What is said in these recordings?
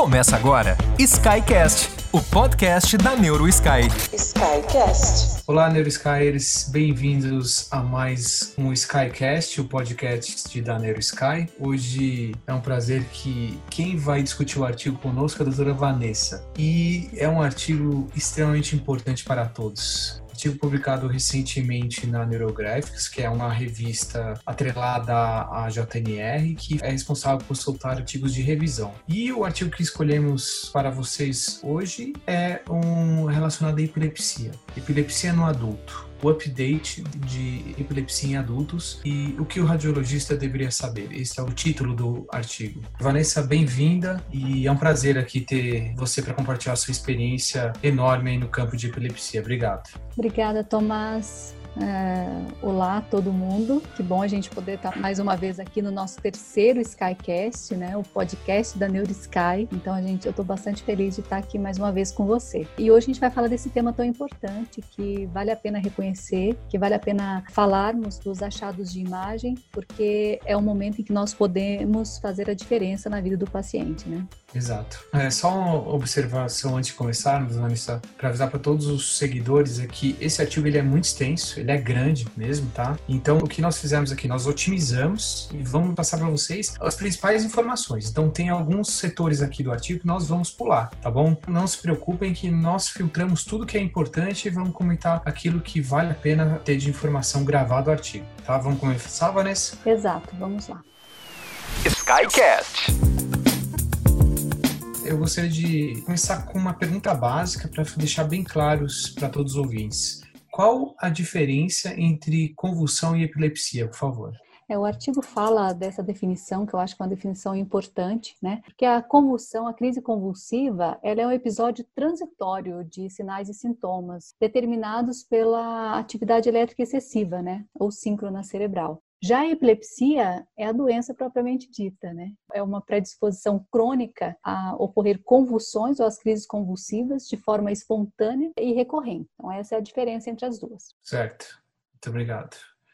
Começa agora Skycast, o podcast da NeuroSky. Skycast. Olá, NeuroSkyers, bem-vindos a mais um Skycast, o podcast da NeuroSky. Hoje é um prazer que quem vai discutir o artigo conosco é a doutora Vanessa. E é um artigo extremamente importante para todos. Artigo publicado recentemente na Neurographics, que é uma revista atrelada à JNR, que é responsável por soltar artigos de revisão. E o artigo que escolhemos para vocês hoje é um relacionado à epilepsia. Epilepsia no adulto. O update de epilepsia em adultos e o que o radiologista deveria saber. Esse é o título do artigo. Vanessa, bem-vinda e é um prazer aqui ter você para compartilhar sua experiência enorme aí no campo de epilepsia. Obrigado. Obrigada, Tomás. Olá, todo mundo. Que bom a gente poder estar mais uma vez aqui no nosso terceiro Skycast, né? O podcast da NeuroSky. Então, eu estou bastante feliz de estar aqui mais uma vez com você. E hoje a gente vai falar desse tema tão importante que vale a pena reconhecer, que vale a pena falarmos dos achados de imagem, porque é um momento em que nós podemos fazer a diferença na vida do paciente, né? Exato. Só uma observação antes de começarmos, Vanessa, para avisar para todos os seguidores é que esse artigo ele é muito extenso, ele é grande mesmo, tá? Então, o que nós fizemos aqui, nós otimizamos e vamos passar para vocês as principais informações. Então, tem alguns setores aqui do artigo que nós vamos pular, tá bom? Não se preocupem que nós filtramos tudo que é importante e vamos comentar aquilo que vale a pena ter de informação gravado no artigo, tá? Vamos começar, Vanessa? Exato, vamos lá. Skycast. Eu gostaria de começar com uma pergunta básica para deixar bem claros para todos os ouvintes. Qual a diferença entre convulsão e epilepsia, por favor? O artigo fala dessa definição, que eu acho que é uma definição importante, né? Porque a convulsão, a crise convulsiva, ela é um episódio transitório de sinais e sintomas determinados pela atividade elétrica excessiva, né? Ou síncrona cerebral. Já a epilepsia é a doença propriamente dita, né? É uma predisposição crônica a ocorrer convulsões ou as crises convulsivas de forma espontânea e recorrente. Então, essa é a diferença entre as duas. Certo. Muito obrigado.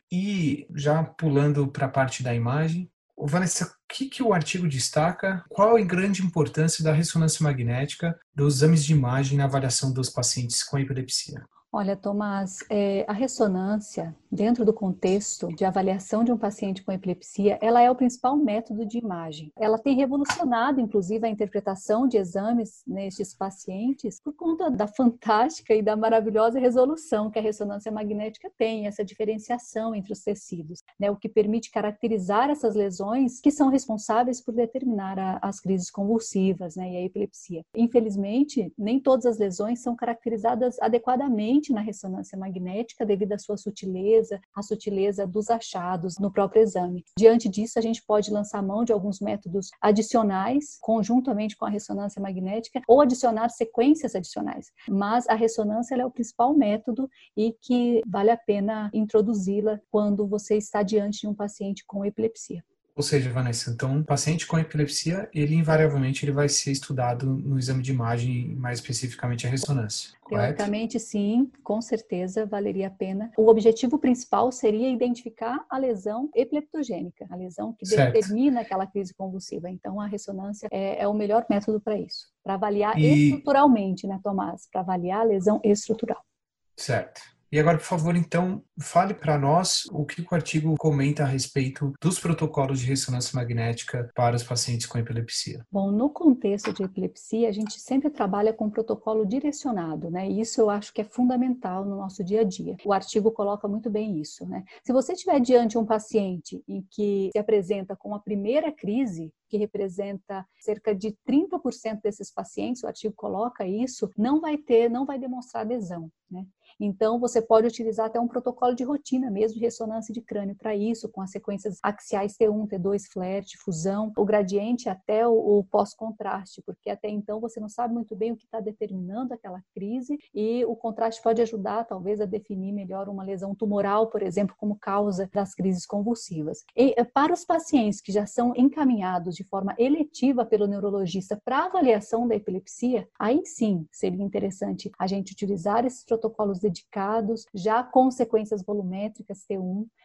E já pulando para a parte da imagem, Vanessa, o que o artigo destaca? Qual a grande importância da ressonância magnética dos exames de imagem na avaliação dos pacientes com epilepsia? Olha, Tomás, a ressonância, dentro do contexto de avaliação de um paciente com epilepsia, ela é o principal método de imagem. Ela tem revolucionado, inclusive, a interpretação de exames nestes pacientes por conta da fantástica e da maravilhosa resolução que a ressonância magnética tem, essa diferenciação entre os tecidos, né, o que permite caracterizar essas lesões que são responsáveis por determinar as crises convulsivas, né, e a epilepsia. Infelizmente, nem todas as lesões são caracterizadas adequadamente na ressonância magnética devido à sua sutileza, a sutileza dos achados no próprio exame. Diante disso, a gente pode lançar mão de alguns métodos adicionais, conjuntamente com a ressonância magnética, ou adicionar sequências adicionais. Mas a ressonância ela é o principal método e que vale a pena introduzi-la quando você está diante de um paciente com epilepsia. Ou seja, Vanessa, então um paciente com epilepsia, ele invariavelmente vai ser estudado no exame de imagem, mais especificamente a ressonância, correto? Teoricamente, sim, com certeza valeria a pena. O objetivo principal seria identificar a lesão epileptogênica, a lesão que determina aquela crise convulsiva. Então, a ressonância é o melhor método para isso, para avaliar estruturalmente, né, Tomás? Para avaliar a lesão estrutural. Certo. E agora, por favor, então, fale para nós o que o artigo comenta a respeito dos protocolos de ressonância magnética para os pacientes com epilepsia. Bom, no contexto de epilepsia, a gente sempre trabalha com um protocolo direcionado, né? E isso eu acho que é fundamental no nosso dia a dia. O artigo coloca muito bem isso, né? Se você estiver diante de um paciente em que se apresenta com a primeira crise, que representa cerca de 30% desses pacientes, o artigo coloca isso, não vai demonstrar adesão, né? Então, você pode utilizar até um protocolo de rotina mesmo de ressonância de crânio para isso, com as sequências axiais T1, T2, flare, fusão, o gradiente até o pós-contraste, porque até então você não sabe muito bem o que está determinando aquela crise e o contraste pode ajudar, talvez, a definir melhor uma lesão tumoral, por exemplo, como causa das crises convulsivas. E para os pacientes que já são encaminhados de forma eletiva pelo neurologista para avaliação da epilepsia, aí sim seria interessante a gente utilizar esses protocolos dedicados, já com sequências volumétricas T1,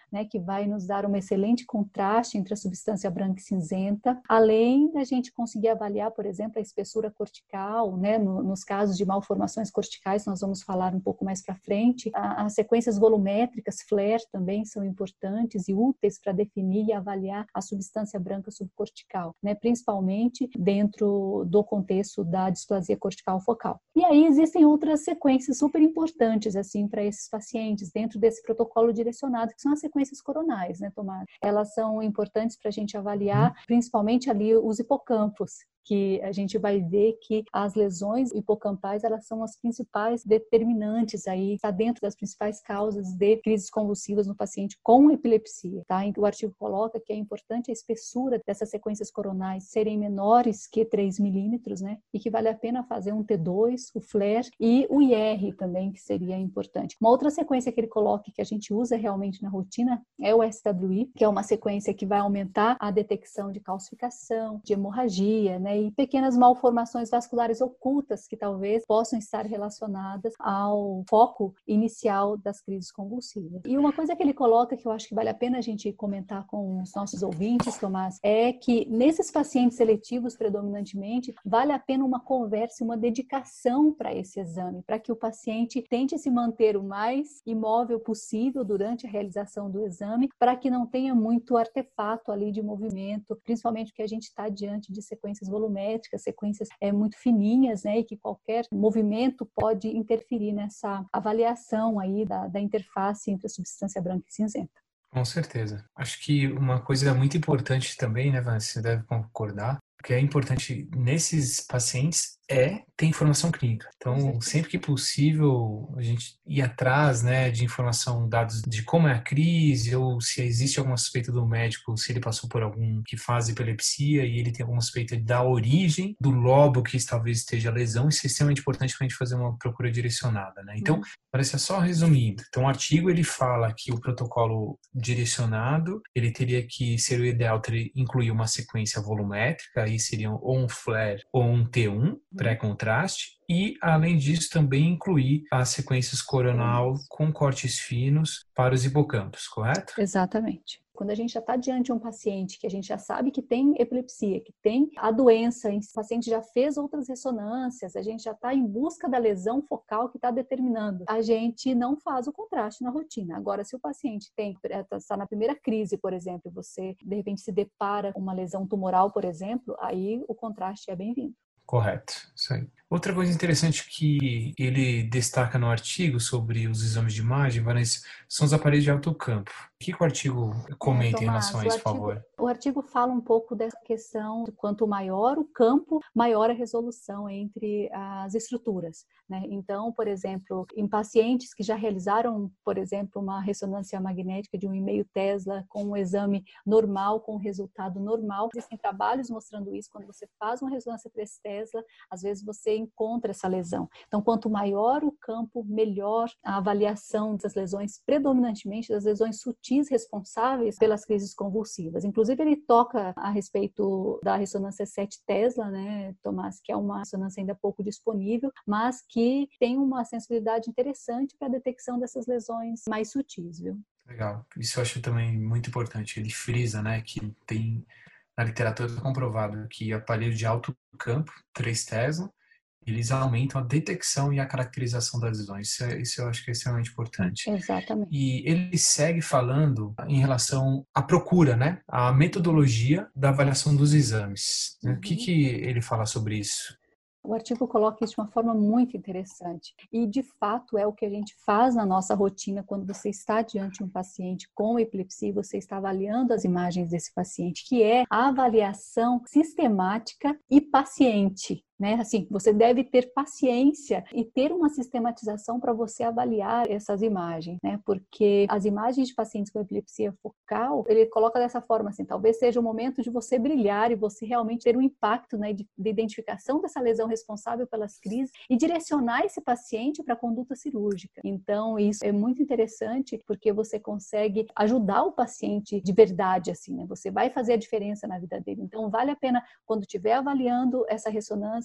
né, que vai nos dar um excelente contraste entre a substância branca e cinzenta, além da gente conseguir avaliar, por exemplo, a espessura cortical, né, nos casos de malformações corticais, nós vamos falar um pouco mais para frente. As sequências volumétricas, FLAIR, também são importantes e úteis para definir e avaliar a substância branca subcortical, né, principalmente dentro do contexto da displasia cortical focal. E aí existem outras sequências super importantes assim para esses pacientes dentro desse protocolo direcionado, que são as sequências coronais, né, Tomás? Elas são importantes para a gente avaliar, principalmente ali os hipocampos, que a gente vai ver que as lesões hipocampais, elas são as principais determinantes aí, está dentro das principais causas de crises convulsivas no paciente com epilepsia, tá? Então, o artigo coloca que é importante a espessura dessas sequências coronais serem menores que 3 milímetros, né? E que vale a pena fazer um T2, o FLAIR e o IR também, que seria importante. Uma outra sequência que ele coloca que a gente usa realmente na rotina é o SWI, que é uma sequência que vai aumentar a detecção de calcificação, de hemorragia, né? E pequenas malformações vasculares ocultas que talvez possam estar relacionadas ao foco inicial das crises convulsivas. E uma coisa que ele coloca que eu acho que vale a pena a gente comentar com os nossos ouvintes, Tomás, é que nesses pacientes seletivos predominantemente, vale a pena uma conversa, uma dedicação para esse exame, para que o paciente tente se manter o mais imóvel possível durante a realização do exame, para que não tenha muito artefato ali de movimento, principalmente porque a gente está diante de sequências volumétricas, sequências muito fininhas, né, e que qualquer movimento pode interferir nessa avaliação aí da interface entre a substância branca e cinzenta. Com certeza. Acho que uma coisa muito importante também, né, Vanessa, você deve concordar, que é importante nesses pacientes é ter informação clínica. Então, sempre que possível, a gente ir atrás, né, de informação, dados de como é a crise, ou se existe alguma suspeita do médico, se ele passou por algum que faz epilepsia e ele tem alguma suspeita da origem do lobo que talvez esteja a lesão. Isso é extremamente importante para a gente fazer uma procura direcionada, né? Então, parece só resumindo. Então, o artigo ele fala que o protocolo direcionado, ele teria que ser o ideal, incluir uma sequência volumétrica, aí seriam ou um FLAIR ou um T1, pré-contraste, e além disso também incluir as sequências coronal com cortes finos para os hipocampos, correto? Exatamente. Quando a gente já está diante de um paciente que a gente já sabe que tem epilepsia, que tem a doença, o paciente já fez outras ressonâncias, a gente já está em busca da lesão focal que está determinando, a gente não faz o contraste na rotina. Agora, se o paciente está na primeira crise, por exemplo, você de repente se depara com uma lesão tumoral, por exemplo, aí o contraste é bem-vindo. Correto, isso aí. Outra coisa interessante que ele destaca no artigo sobre os exames de imagem, Vanessa, são os aparelhos de alto campo. O que o artigo comenta em relação a isso, por favor? O artigo fala um pouco dessa questão de quanto maior o campo, maior a resolução entre as estruturas, né? Então, por exemplo, em pacientes que já realizaram, por exemplo, uma ressonância magnética de 1,5 Tesla com um exame normal, com um resultado normal, existem trabalhos mostrando isso. Quando você faz uma ressonância 3 Tesla, às vezes você encontra essa lesão. Então, quanto maior o campo, melhor a avaliação das lesões, predominantemente das lesões sutis responsáveis pelas crises convulsivas. Inclusive, ele toca a respeito da ressonância 7 Tesla, né, Tomás, que é uma ressonância ainda pouco disponível, mas que tem uma sensibilidade interessante para a detecção dessas lesões mais sutis, viu? Legal. Isso eu acho também muito importante. Ele frisa, né, que tem na literatura comprovado que aparelhos de alto campo, 3 Tesla, eles aumentam a detecção e a caracterização das lesões. Isso eu acho que é extremamente importante. Exatamente. E ele segue falando em relação à procura, né? A metodologia da avaliação dos exames. O que ele fala sobre isso? O artigo coloca isso de uma forma muito interessante e, de fato, é o que a gente faz na nossa rotina quando você está diante de um paciente com epilepsia, você está avaliando as imagens desse paciente, que é a avaliação sistemática e paciente. Né? Assim, você deve ter paciência e ter uma sistematização para você avaliar essas imagens, né? Porque as imagens de pacientes com epilepsia focal, ele coloca dessa forma assim, talvez seja o momento de você brilhar e você realmente ter um impacto, né, de identificação dessa lesão responsável pelas crises e direcionar esse paciente para a conduta cirúrgica. Então, isso é muito interessante porque você consegue ajudar o paciente de verdade, assim, né? Você vai fazer a diferença na vida dele. Então, vale a pena, quando estiver avaliando essa ressonância,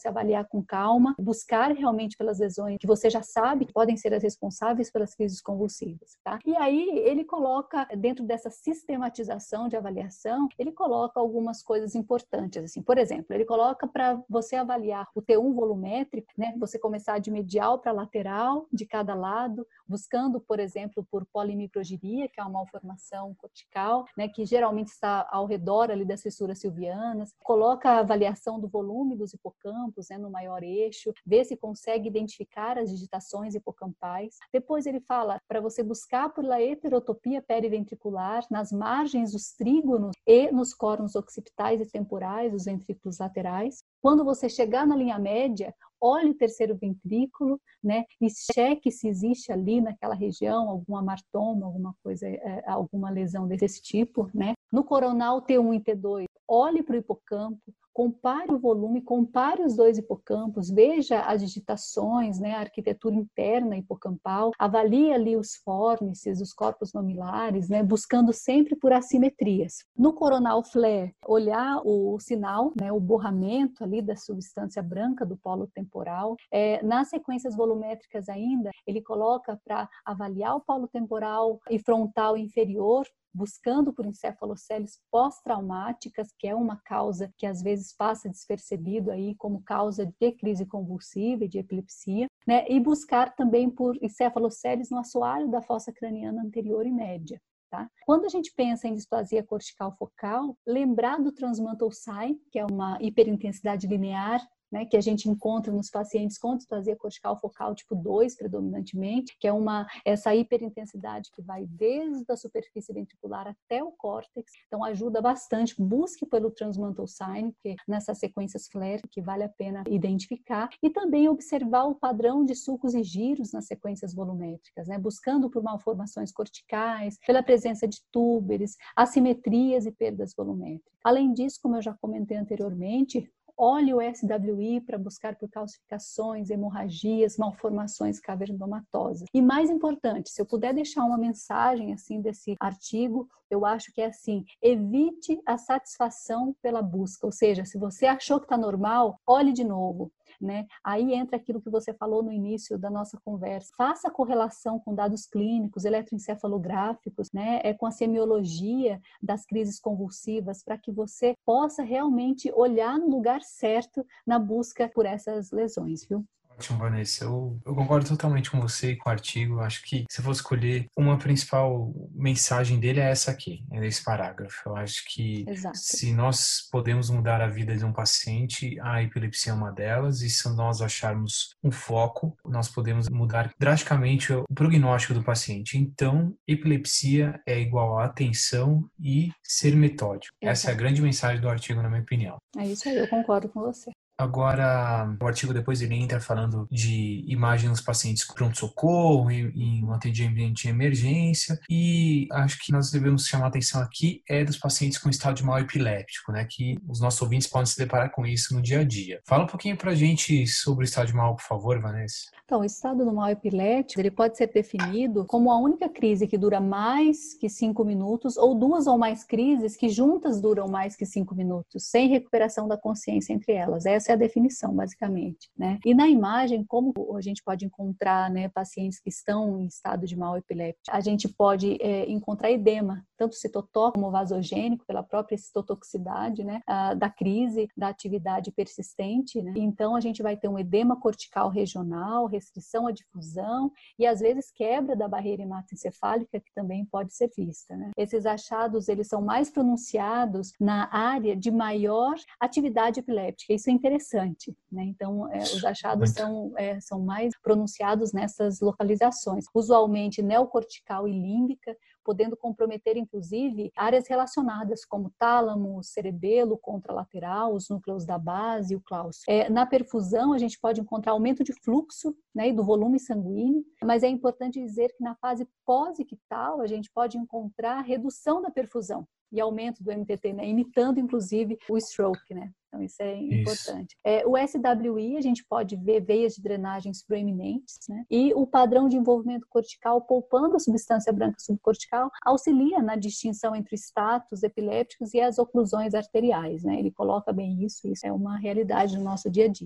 você avaliar com calma, buscar realmente pelas lesões que você já sabe que podem ser as responsáveis pelas crises convulsivas, tá? E aí ele coloca, dentro dessa sistematização de avaliação, ele coloca algumas coisas importantes, assim, por exemplo, ele coloca para você avaliar o T1 volumétrico, né, você começar de medial para lateral, de cada lado, buscando, por exemplo, por polimicrogiria, que é uma malformação cortical, né, que geralmente está ao redor ali das fissuras silvianas, coloca a avaliação do volume dos hipocampos, né, no maior eixo, vê se consegue identificar as digitações hipocampais. Depois ele fala para você buscar pela heterotopia periventricular nas margens dos trígonos e nos córons occipitais e temporais, os ventrículos laterais. Quando você chegar na linha média, olhe o terceiro ventrículo, né, e cheque se existe ali naquela região algum amartoma, alguma coisa, alguma lesão desse tipo, né. No coronal T1 e T2, olhe para o hipocampo, compare o volume, compare os dois hipocampos, veja as digitações, né, a arquitetura interna hipocampal, avalie ali os fórnices, os corpos mamilares, né, buscando sempre por assimetrias. No coronal flare, olhar o sinal, né, o borramento ali da substância branca do polo temporal. Nas sequências volumétricas ainda, ele coloca para avaliar o polo temporal e frontal inferior, buscando por encefaloceles pós-traumáticas, que é uma causa que às vezes passa despercebido aí como causa de crise convulsiva e de epilepsia, né? E buscar também por encefaloceles no assoalho da fossa craniana anterior e média. Tá? Quando a gente pensa em displasia cortical focal, lembrar do transmantle sign, que é uma hiperintensidade linear, né, que a gente encontra nos pacientes com displasia cortical focal tipo 2, predominantemente, que é essa hiperintensidade que vai desde a superfície ventricular até o córtex, então ajuda bastante, busque pelo transmantle sign, porque nessas sequências flare que vale a pena identificar, e também observar o padrão de sulcos e giros nas sequências volumétricas, né, buscando por malformações corticais, pela presença de túberes, assimetrias e perdas volumétricas. Além disso, como eu já comentei anteriormente, olhe o SWI para buscar por calcificações, hemorragias, malformações cavernomatosas. E mais importante, se eu puder deixar uma mensagem assim desse artigo, eu acho que é assim: evite a satisfação pela busca, ou seja, se você achou que está normal, olhe de novo. Né? Aí entra aquilo que você falou no início da nossa conversa. Faça correlação com dados clínicos, eletroencefalográficos, né? Com a semiologia das crises convulsivas, para que você possa realmente olhar no lugar certo na busca por essas lesões, viu? Ótimo, Vanessa. Eu concordo totalmente com você e com o artigo. Acho que se eu for escolher, uma principal mensagem dele é essa aqui, é esse parágrafo. Eu acho que Exato. se nós podemos mudar a vida de um paciente, a epilepsia é uma delas, e se nós acharmos um foco, nós podemos mudar drasticamente o prognóstico do paciente. Então, epilepsia é igual a atenção e ser metódico. Exato. Essa é a grande mensagem do artigo, na minha opinião. É isso aí, eu concordo com você. Agora, o artigo depois ele entra falando de imagem dos pacientes com pronto-socorro, em um atendimento de emergência, e acho que nós devemos chamar a atenção aqui dos pacientes com estado de mal epiléptico, né, que os nossos ouvintes podem se deparar com isso no dia a dia. Fala um pouquinho pra gente sobre o estado de mal, por favor, Vanessa. Então, o estado do mal epilético, ele pode ser definido como a única crise que dura mais que 5 minutos ou duas ou mais crises que juntas duram mais que 5 minutos, sem recuperação da consciência entre elas. Essa é a definição, basicamente, né? E na imagem, como a gente pode encontrar, né, pacientes que estão em estado de mal epiléptico? A gente pode encontrar edema, tanto citotóxico como vasogênico, pela própria citotoxicidade, né, da crise, da atividade persistente, né? Então, a gente vai ter um edema cortical regional, restrição à difusão e, às vezes, quebra da barreira hematoencefálica, que também pode ser vista, né? Esses achados, eles são mais pronunciados na área de maior atividade epiléptica. Isso é interessante, né? Então, os achados são mais pronunciados nessas localizações. Usualmente, neocortical e límbica, podendo comprometer, inclusive, áreas relacionadas, como tálamo, cerebelo, contralateral, os núcleos da base e o cláustro. Na perfusão, a gente pode encontrar aumento de fluxo, né, e do volume sanguíneo, mas é importante dizer que na fase pós-ictal, a gente pode encontrar redução da perfusão e aumento do MTT, né, imitando, inclusive, o stroke, né? Então, isso é importante. O SWI, a gente pode ver veias de drenagens proeminentes, né? E o padrão de envolvimento cortical, poupando a substância branca subcortical, auxilia na distinção entre status epilépticos e as oclusões arteriais, né? Ele coloca bem isso é uma realidade no nosso dia a dia, né?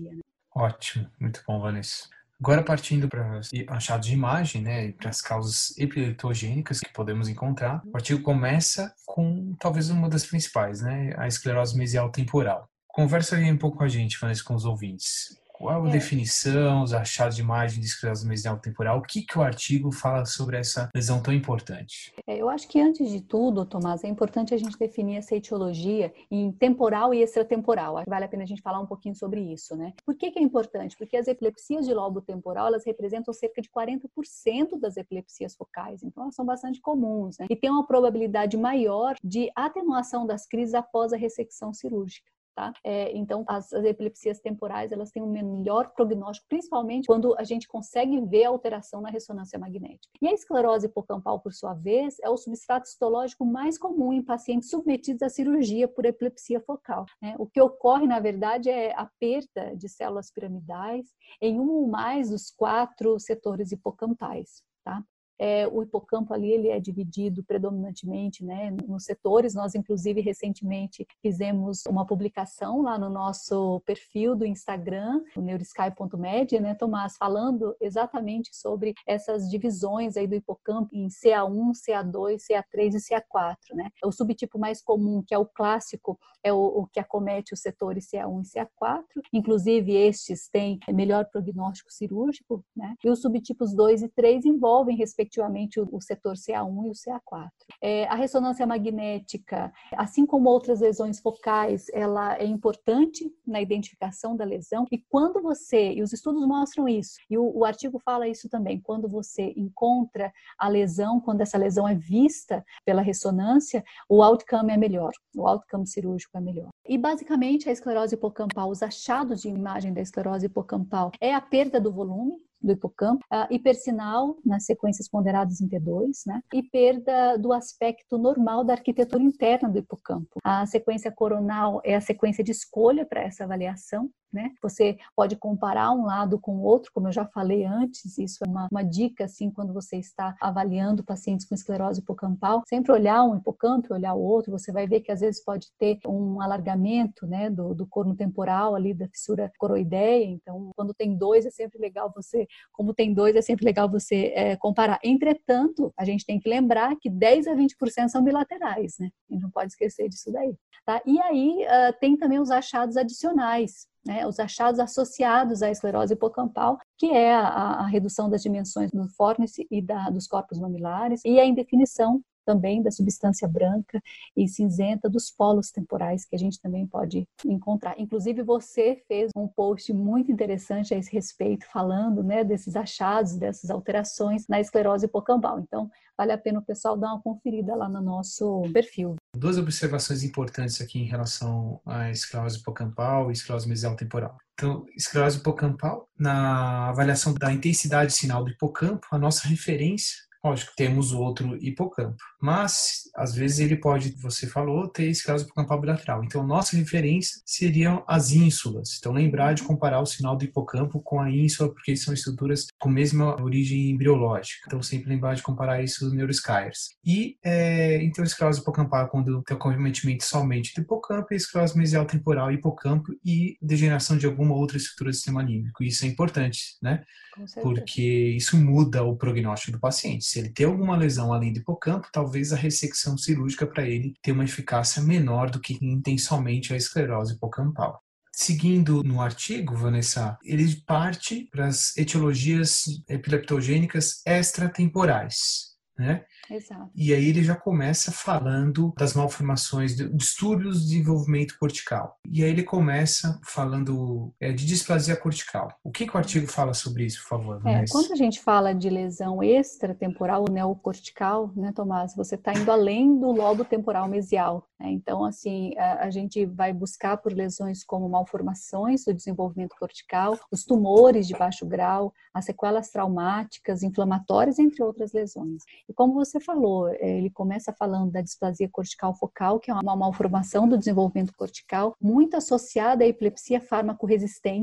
Ótimo, muito bom, Vanessa. Agora partindo para os achados de imagem, né, e para as causas epileptogênicas que podemos encontrar, o artigo começa com talvez uma das principais, né, a esclerose mesial temporal. Conversa aí um pouco com a gente, Vanessa, com os ouvintes. Qual a definição, os achados de imagem de esclerose mesial temporal? O que o artigo fala sobre essa lesão tão importante? Eu acho que antes de tudo, Tomás, é importante a gente definir essa etiologia em temporal e extratemporal. Acho que vale a pena a gente falar um pouquinho sobre isso, né? Por que é importante? Porque as epilepsias de lobo temporal, elas representam cerca de 40% das epilepsias focais, então elas são bastante comuns, né? E tem uma probabilidade maior de atenuação das crises após a ressecção cirúrgica. Tá? Então, as epilepsias temporais, elas têm um melhor prognóstico, principalmente quando a gente consegue ver a alteração na ressonância magnética. E a esclerose hipocampal, por sua vez, é o substrato histológico mais comum em pacientes submetidos à cirurgia por epilepsia focal, né? O que ocorre, na verdade, é a perda de células piramidais em um ou mais dos 4 setores hipocampais, tá? O hipocampo ali, ele é dividido predominantemente, né, nos setores. Nós, inclusive, recentemente fizemos uma publicação lá no nosso perfil do Instagram, o neurosky.med, né, Tomás, falando exatamente sobre essas divisões aí do hipocampo em CA1, CA2, CA3 e CA4, né? O subtipo mais comum, que é o clássico, é o que acomete os setores CA1 e CA4, inclusive estes têm melhor prognóstico cirúrgico, né? E os subtipos 2 e 3 envolvem, respectivamente, o setor CA1 e o CA4. A ressonância magnética, assim como outras lesões focais, ela é importante na identificação da lesão, e quando você, e os estudos mostram isso, e o artigo fala isso também, quando você encontra a lesão, quando essa lesão é vista pela ressonância, o outcome é melhor, o outcome cirúrgico é melhor. E basicamente a esclerose hipocampal, os achados de imagem da esclerose hipocampal é a perda do volume do hipocampo, hipersinal nas sequências ponderadas em T2, né? E perda do aspecto normal da arquitetura interna do hipocampo. A sequência coronal é a sequência de escolha para essa avaliação, né? Você pode comparar um lado com o outro, como eu já falei antes, isso é uma dica, assim, quando você está avaliando pacientes com esclerose hipocampal, sempre olhar um hipocampo e olhar o outro, você vai ver que às vezes pode ter um alargamento, né, do corno temporal ali, da fissura coroideia. Então, quando tem dois, é sempre legal você comparar. Entretanto, a gente tem que lembrar que 10 a 20% são bilaterais, né? A gente não pode esquecer disso daí, tá? E aí tem também os achados adicionais, né, os achados associados à esclerose hipocampal, que é a redução das dimensões do fórnice e dos corpos mamilares, e a indefinição também da substância branca e cinzenta dos polos temporais, que a gente também pode encontrar. Inclusive, você fez um post muito interessante a esse respeito, falando, né, desses achados, dessas alterações na esclerose hipocampal. Então, vale a pena o pessoal dar uma conferida lá no nosso perfil. 2 observações importantes aqui em relação à esclerose hipocampal e esclerose mesial temporal. Então, esclerose hipocampal, na avaliação da intensidade sinal do hipocampo, a nossa referência, lógico, temos o outro hipocampo, mas às vezes ele pode, você falou, ter esclerose hipocampal bilateral. Então, nossa referência seriam as ínsulas. Então, lembrar de comparar o sinal do hipocampo com a ínsula, porque são estruturas com a mesma origem embriológica. Então, sempre lembrar de comparar isso no neuroskyers. E, então, esclerose hipocampal, quando tem o cometimento somente do hipocampo, e esclerose mesial temporal, hipocampo e degeneração de alguma outra estrutura do sistema límbico. Isso é importante, né? Porque isso muda o prognóstico do paciente. Se ele tem alguma lesão além do hipocampo, talvez a ressecção cirúrgica para ele tenha uma eficácia menor do que quem tem somente a esclerose hipocampal. Seguindo no artigo, Vanessa, ele parte para as etiologias epileptogênicas extratemporais, né? Exato. E aí ele já começa falando das malformações, de distúrbios de desenvolvimento cortical. E aí ele começa falando de displasia cortical. O que o artigo fala sobre isso, por favor, Vanessa? Quando a gente fala de lesão extratemporal ou neocortical, né, Tomás, você está indo além do lobo temporal mesial, né? Então, assim, a gente vai buscar por lesões como malformações do desenvolvimento cortical, os tumores de baixo grau, as sequelas traumáticas, inflamatórias, entre outras lesões. E como você falou, ele começa falando da displasia cortical focal, que é uma malformação do desenvolvimento cortical, muito associada à epilepsia fármaco-resistente,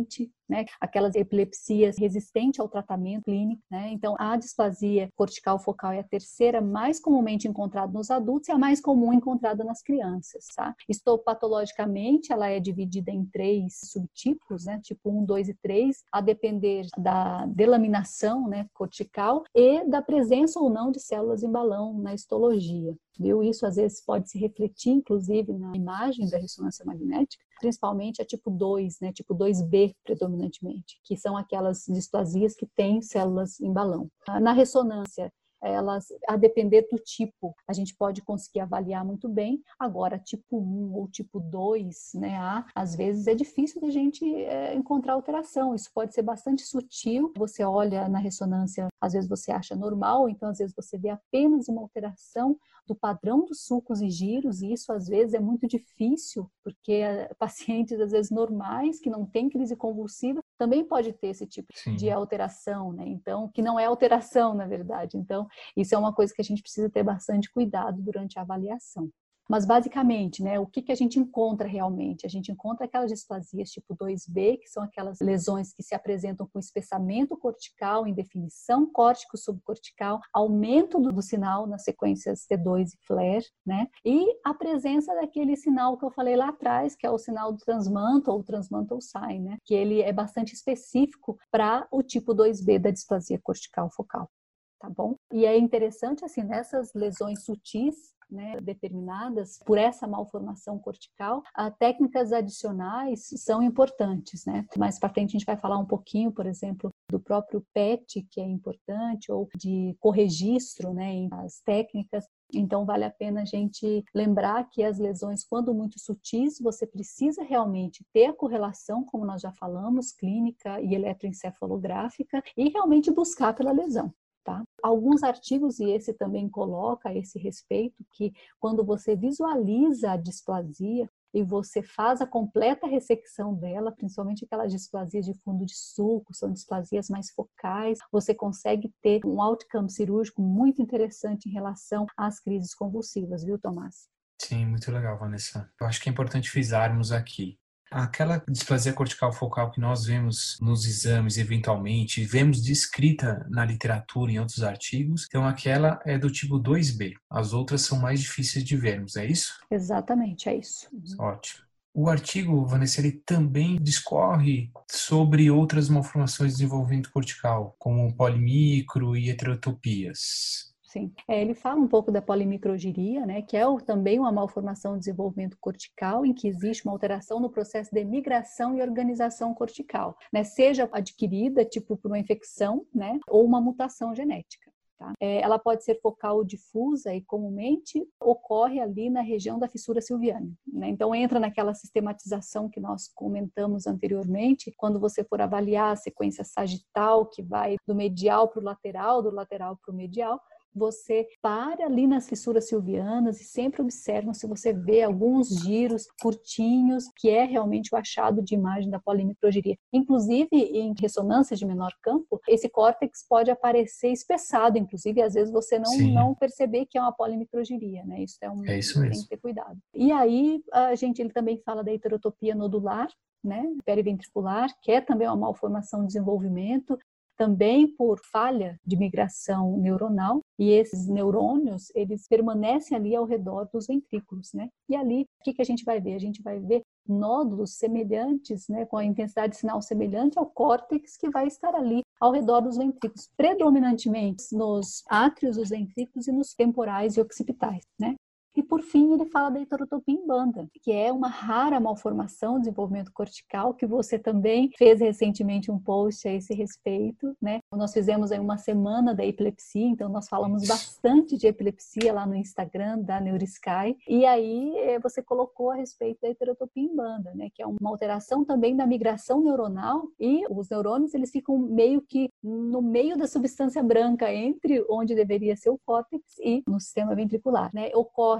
né? Aquelas epilepsias resistentes ao tratamento clínico, né? Então, a displasia cortical focal é a terceira mais comumente encontrada nos adultos e a mais comum encontrada nas crianças, tá? Histopatologicamente, ela é dividida em 3 subtipos, né? Tipo 1, 2 e 3, a depender da delaminação, né, cortical e da presença ou não de células em balão na histologia. Viu? Isso às vezes pode se refletir, inclusive, na imagem da ressonância magnética, principalmente a tipo 2, né, tipo 2B predominantemente, que são aquelas displasias que têm células em balão. Na ressonância, elas, a depender do tipo, a gente pode conseguir avaliar muito bem. Agora, tipo 1 ou tipo 2, né, às vezes é difícil da gente encontrar alteração. Isso pode ser bastante sutil. Você olha na ressonância, às vezes você acha normal, então às vezes você vê apenas uma alteração do padrão dos sulcos e giros, e isso às vezes é muito difícil, porque pacientes às vezes normais, que não têm crise convulsiva, também pode ter esse tipo de alteração, né? Então, que não é alteração, na verdade. Então, isso é uma coisa que a gente precisa ter bastante cuidado durante a avaliação. Mas, basicamente, né, o que a gente encontra realmente? A gente encontra aquelas displasias tipo 2B, que são aquelas lesões que se apresentam com espessamento cortical, indefinição córtico-subcortical, aumento do sinal nas sequências T2 e FLAIR, né? E a presença daquele sinal que eu falei lá atrás, que é o sinal do transmantle ou transmantle sign, né? Que ele é bastante específico para o tipo 2B da displasia cortical focal, tá bom? E é interessante, assim, nessas lesões sutis, né, determinadas por essa malformação cortical, técnicas adicionais são importantes, né? Mais para frente a gente vai falar um pouquinho, por exemplo, do próprio PET, que é importante, ou de corregistro, né, em as técnicas. Então, vale a pena a gente lembrar que as lesões, quando muito sutis, você precisa realmente ter a correlação, como nós já falamos, clínica e eletroencefalográfica, e realmente buscar pela lesão. Tá? Alguns artigos, e esse também coloca a esse respeito, que quando você visualiza a displasia e você faz a completa ressecção dela, principalmente aquelas displasias de fundo de sulco, são displasias mais focais, você consegue ter um outcome cirúrgico muito interessante em relação às crises convulsivas, viu, Tomás? Sim, muito legal, Vanessa. Eu acho que é importante frisarmos aqui. Aquela displasia cortical focal que nós vemos nos exames, eventualmente, vemos descrita na literatura, em outros artigos, então aquela é do tipo 2B. As outras são mais difíceis de vermos, é isso? Exatamente, é isso. Ótimo. O artigo, Vanessa, ele também discorre sobre outras malformações de desenvolvimento cortical, como polimicro e heterotopias. Sim. Ele fala um pouco da polimicrogiria, né, que é também uma malformação de desenvolvimento cortical, em que existe uma alteração no processo de migração e organização cortical, né, seja adquirida, tipo por uma infecção, né, ou uma mutação genética. Tá? Ela pode ser focal ou difusa e comumente ocorre ali na região da fissura silviana, né? Então entra naquela sistematização que nós comentamos anteriormente, quando você for avaliar a sequência sagital, que vai do medial para o lateral, do lateral para o medial, você para ali nas fissuras silvianas e sempre observa se você vê alguns giros curtinhos, que é realmente o achado de imagem da polimicrogiria. Inclusive, em ressonâncias de menor campo, esse córtex pode aparecer espessado, inclusive, às vezes você não perceber que é uma polimicrogiria, né? Isso é isso mesmo. Tem que ter cuidado. E aí, ele também fala da heterotopia nodular, né? Periventricular, que é também uma malformação de desenvolvimento, também por falha de migração neuronal, e esses neurônios, eles permanecem ali ao redor dos ventrículos, né? E ali, o que a gente vai ver? A gente vai ver nódulos semelhantes, né, com a intensidade de sinal semelhante ao córtex que vai estar ali ao redor dos ventrículos, predominantemente nos átrios dos ventrículos e nos temporais e occipitais, né? E, por fim, ele fala da heterotopia em banda, que é uma rara malformação de desenvolvimento cortical, que você também fez recentemente um post a esse respeito, né? Nós fizemos aí uma semana da epilepsia, então nós falamos bastante de epilepsia lá no Instagram da NeuroSky, e aí você colocou a respeito da heterotopia em banda, né? Que é uma alteração também da migração neuronal, e os neurônios, eles ficam meio que no meio da substância branca, entre onde deveria ser o córtex e no sistema ventricular, né? Ocorre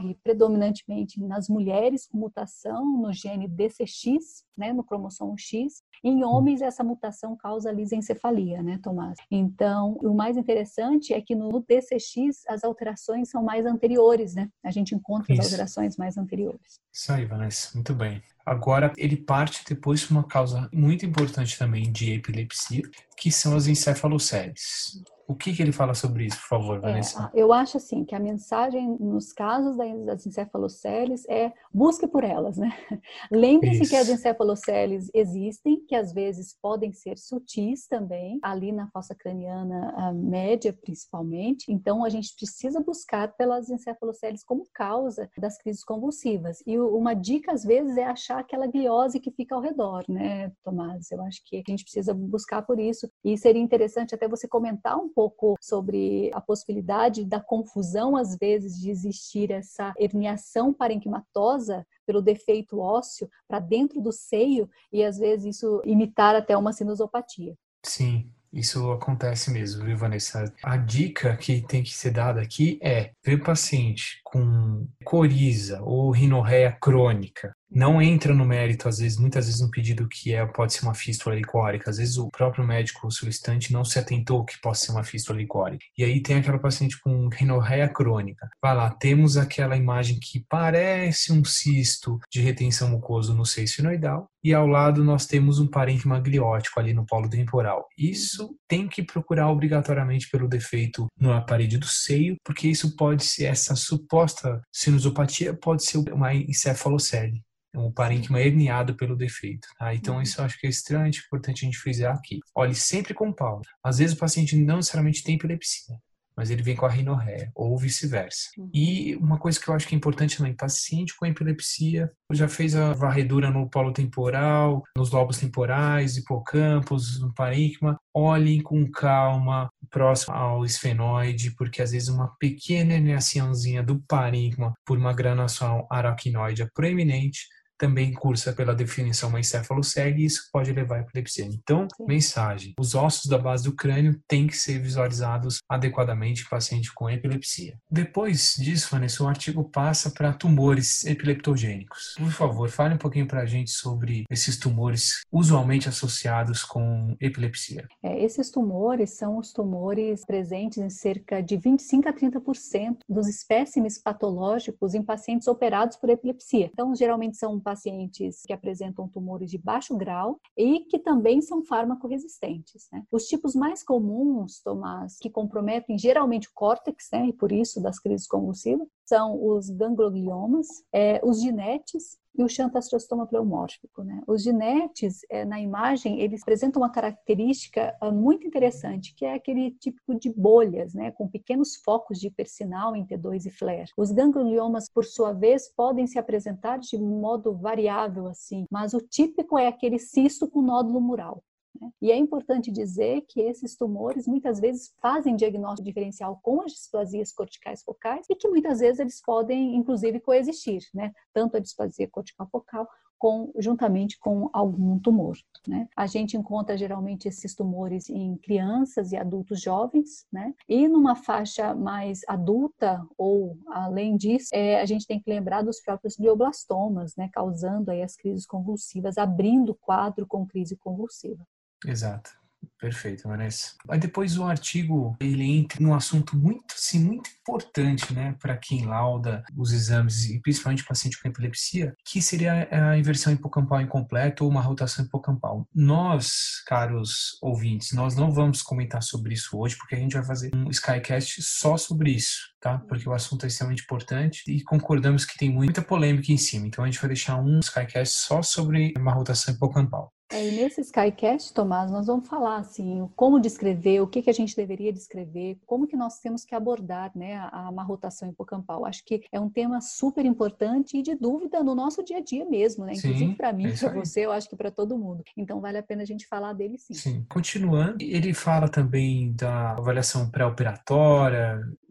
ocorre predominantemente nas mulheres com mutação no gene DCX, né, no cromossomo X. Em homens, essa mutação causa lisencefalia, né, Tomás? Então, o mais interessante é que no DCX as alterações são mais anteriores, né? A gente encontra as alterações mais anteriores. Isso aí, Vanessa. Muito bem. Agora, ele parte depois para uma causa muito importante também de epilepsia, que são as encefaloceles. O que ele fala sobre isso, por favor, Vanessa? Eu acho assim que a mensagem nos casos das encefaloceles é busque por elas, né? Lembre-se que as encefaloceles existem, que às vezes podem ser sutis também, ali na fossa craniana média principalmente. Então a gente precisa buscar pelas encefaloceles como causa das crises convulsivas. E uma dica às vezes é achar aquela gliose que fica ao redor, né, Tomás? Eu acho que a gente precisa buscar por isso. E seria interessante até você comentar um pouco sobre a possibilidade da confusão, às vezes, de existir essa herniação parenquimatosa pelo defeito ósseo para dentro do seio e, às vezes, isso imitar até uma sinusopatia. Sim, isso acontece mesmo, viu, Vanessa? A dica que tem que ser dada aqui é ver paciente com coriza ou rinorreia crônica. Não entra no mérito, muitas vezes, no pedido que pode ser uma fístula licórica. Às vezes o próprio médico solicitante não se atentou que possa ser uma fístula licórica. E aí tem aquela paciente com rinorreia crônica. Vai lá, temos aquela imagem que parece um cisto de retenção mucosa no seio sinoidal e ao lado nós temos um parênquima gliótico ali no polo temporal. Isso tem que procurar obrigatoriamente pelo defeito na parede do seio, porque isso pode ser, essa suposta sinusopatia pode ser uma encefalocele. Um parênquima herniado pelo defeito. Tá? Então, isso eu acho que é extremamente importante a gente frisar aqui. Olhe sempre com pausa. Às vezes o paciente não necessariamente tem epilepsia, mas ele vem com a rinorreia, ou vice-versa. E uma coisa que eu acho que é importante também, paciente com epilepsia, já fez a varredura no polo temporal, nos lobos temporais, hipocampos, no parênquima, olhem com calma próximo ao esfenoide, porque às vezes uma pequena herniaçãozinha do parênquima por uma granação aracnoide proeminente também cursa pela definição uma encefalocele e isso pode levar à epilepsia. Então, mensagem: os ossos da base do crânio têm que ser visualizados adequadamente em paciente com epilepsia. Depois disso, Vanessa, o artigo passa para tumores epileptogênicos. Por favor, fale um pouquinho para a gente sobre esses tumores usualmente associados com epilepsia. Esses tumores são os tumores presentes em cerca de 25 a 30% dos espécimes patológicos em pacientes operados por epilepsia. Então, geralmente são pacientes que apresentam tumores de baixo grau e que também são fármaco-resistentes, né? Os tipos mais comuns, Tomás, que comprometem geralmente o córtex, né, e por isso das crises convulsivas, são os gangliogliomas, os ginetes e o xantastrostoma pleomórfico, né? Os ginetes, na imagem, eles apresentam uma característica muito interessante, que é aquele típico de bolhas, né? Com pequenos focos de hipersinal em T2 e flare. Os gangliomas, por sua vez, podem se apresentar de modo variável, assim, mas o típico é aquele cisto com nódulo mural. E é importante dizer que esses tumores muitas vezes fazem diagnóstico diferencial com as displasias corticais focais e que muitas vezes eles podem inclusive coexistir, né? Tanto a displasia cortical focal juntamente com algum tumor, né? A gente encontra geralmente esses tumores em crianças e adultos jovens, né? E numa faixa mais adulta ou além disso, a gente tem que lembrar dos próprios glioblastomas, né? Causando aí as crises convulsivas, abrindo o quadro com crise convulsiva. Exato. Perfeito, Vanessa. Aí depois o artigo, ele entra num assunto muito importante, né, para quem lauda os exames, e principalmente paciente com epilepsia, que seria a inversão hipocampal incompleta ou uma rotação hipocampal. Nós, caros ouvintes, nós não vamos comentar sobre isso hoje, porque a gente vai fazer um Skycast só sobre isso, tá? Porque o assunto é extremamente importante e concordamos que tem muita polêmica em cima. Então a gente vai deixar um Skycast só sobre uma rotação hipocampal. E nesse Skycast, Tomás, nós vamos falar assim, como descrever, o que a gente deveria descrever, como que nós temos que abordar, né, a rotação hipocampal. Acho que é um tema super importante e de dúvida no nosso dia a dia mesmo, né? Inclusive para mim, para você, eu acho que para todo mundo. Então vale a pena a gente falar dele sim. Sim. Continuando, ele fala também da avaliação pré-operatória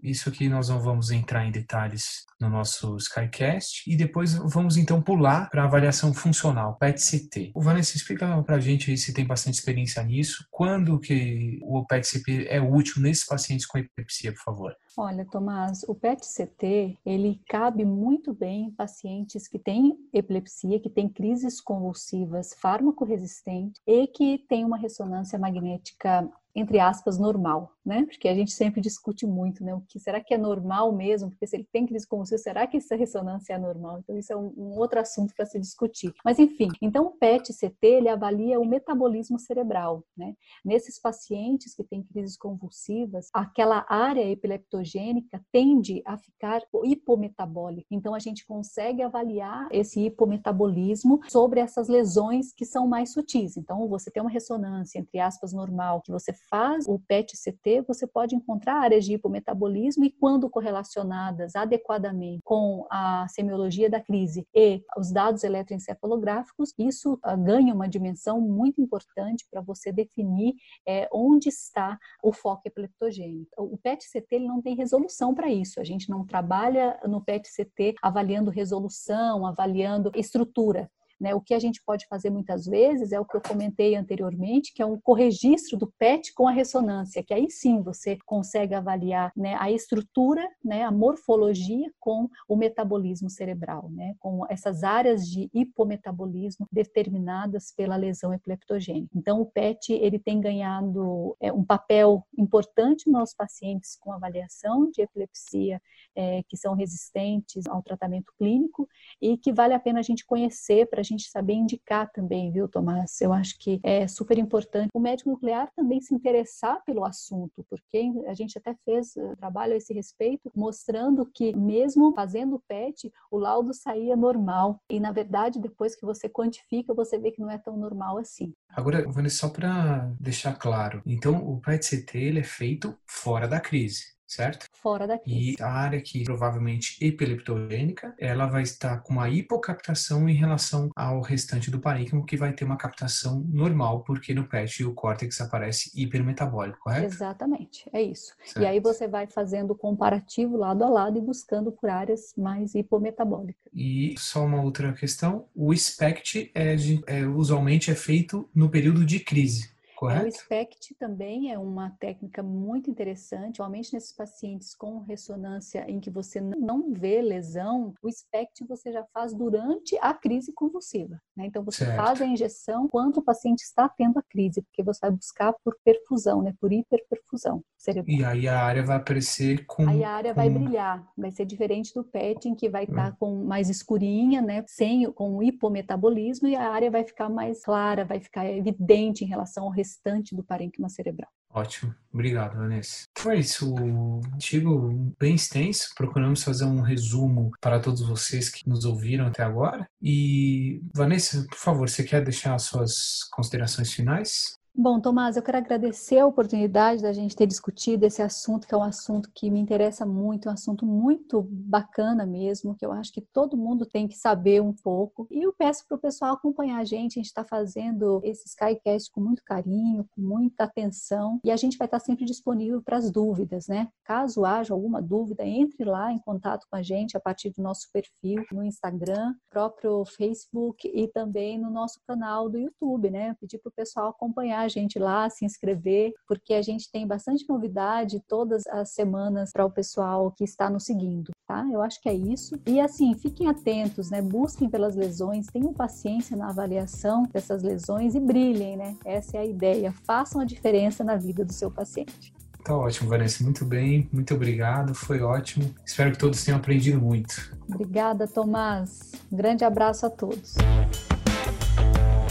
Isso aqui nós não vamos entrar em detalhes no nosso SkyCast e depois vamos então pular para a avaliação funcional, PET-CT. Vanessa, explica para a gente aí se tem bastante experiência nisso, quando que o PET-CT é útil nesses pacientes com epilepsia, por favor? Olha, Tomás, o PET-CT, ele cabe muito bem em pacientes que têm epilepsia, que têm crises convulsivas fármaco-resistentes e que têm uma ressonância magnética, entre aspas, normal, né? Porque a gente sempre discute muito, né? O que será que é normal mesmo? Porque se ele tem crise convulsiva, será que essa ressonância é normal? Então isso é um outro assunto para se discutir. Mas enfim, então o PET-CT, ele avalia o metabolismo cerebral, né? Nesses pacientes que têm crises convulsivas, aquela área epileptogênica tende a ficar hipometabólica. Então a gente consegue avaliar esse hipometabolismo sobre essas lesões que são mais sutis. Então você tem uma ressonância, entre aspas, normal, que você faz o PET-CT, você pode encontrar áreas de hipometabolismo e quando correlacionadas adequadamente com a semiologia da crise e os dados eletroencefalográficos, isso ganha uma dimensão muito importante para você definir onde está o foco epileptogênico. O PET-CT ele não tem resolução para isso, a gente não trabalha no PET-CT avaliando resolução, avaliando estrutura. Né, o que a gente pode fazer muitas vezes é o que eu comentei anteriormente, que é um corregistro do PET com a ressonância, que aí sim você consegue avaliar, né, a estrutura, né, a morfologia com o metabolismo cerebral, né, com essas áreas de hipometabolismo determinadas pela lesão epileptogênica. Então o PET ele tem ganhado um papel importante nos pacientes com avaliação de epilepsia que são resistentes ao tratamento clínico e que vale a pena a gente conhecer para a gente saber indicar também, viu, Tomás? Eu acho que é super importante o médico nuclear também se interessar pelo assunto, porque a gente até fez trabalho a esse respeito, mostrando que mesmo fazendo o PET, o laudo saía normal. E, na verdade, depois que você quantifica, você vê que não é tão normal assim. Agora, Vanessa, só para deixar claro, então o PET-CT ele é feito fora da crise, certo? Fora da crise. E a área que provavelmente epileptogênica, ela vai estar com uma hipocaptação em relação ao restante do parênquima, que vai ter uma captação normal, porque no PET o córtex aparece hipermetabólico, correto? Exatamente, é isso. Certo. E aí você vai fazendo o comparativo lado a lado e buscando por áreas mais hipometabólicas. E só uma outra questão, o SPECT usualmente é feito no período de crise. Correto? O SPECT também é uma técnica muito interessante, realmente nesses pacientes com ressonância em que você não vê lesão, o SPECT você já faz durante a crise convulsiva, né? Então você faz a injeção quando o paciente está tendo a crise, porque você vai buscar por perfusão, né? Por hiperperfusão cerebral. E aí a área vai aparecer com... Aí a área vai brilhar, vai ser diferente do PET, em que vai estar com mais escurinha, né? Com o hipometabolismo, e a área vai ficar mais clara, vai ficar evidente em relação ao restante do parênquima cerebral. Ótimo, obrigado, Vanessa. Foi isso, o artigo bem extenso, procuramos fazer um resumo para todos vocês que nos ouviram até agora. E, Vanessa, por favor, você quer deixar as suas considerações finais? Bom, Tomás, eu quero agradecer a oportunidade da gente ter discutido esse assunto, que é um assunto que me interessa muito, é um assunto muito bacana mesmo, que eu acho que todo mundo tem que saber um pouco. E eu peço para o pessoal acompanhar a gente está fazendo esse SkyCast com muito carinho, com muita atenção, e a gente vai estar sempre disponível para as dúvidas, né? Caso haja alguma dúvida, entre lá em contato com a gente a partir do nosso perfil no Instagram, próprio Facebook e também no nosso canal do YouTube, né? Pedir para o pessoal acompanhar a gente lá, se inscrever, porque a gente tem bastante novidade todas as semanas para o pessoal que está nos seguindo, tá? Eu acho que é isso. E assim, fiquem atentos, né? Busquem pelas lesões, tenham paciência na avaliação dessas lesões e brilhem, né? Essa é a ideia. Façam a diferença na vida do seu paciente. Tá ótimo, Vanessa. Muito bem, muito obrigado. Foi ótimo. Espero que todos tenham aprendido muito. Obrigada, Tomás. Um grande abraço a todos.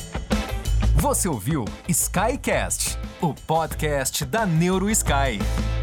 Você ouviu SkyCast, o podcast da NeuroSky.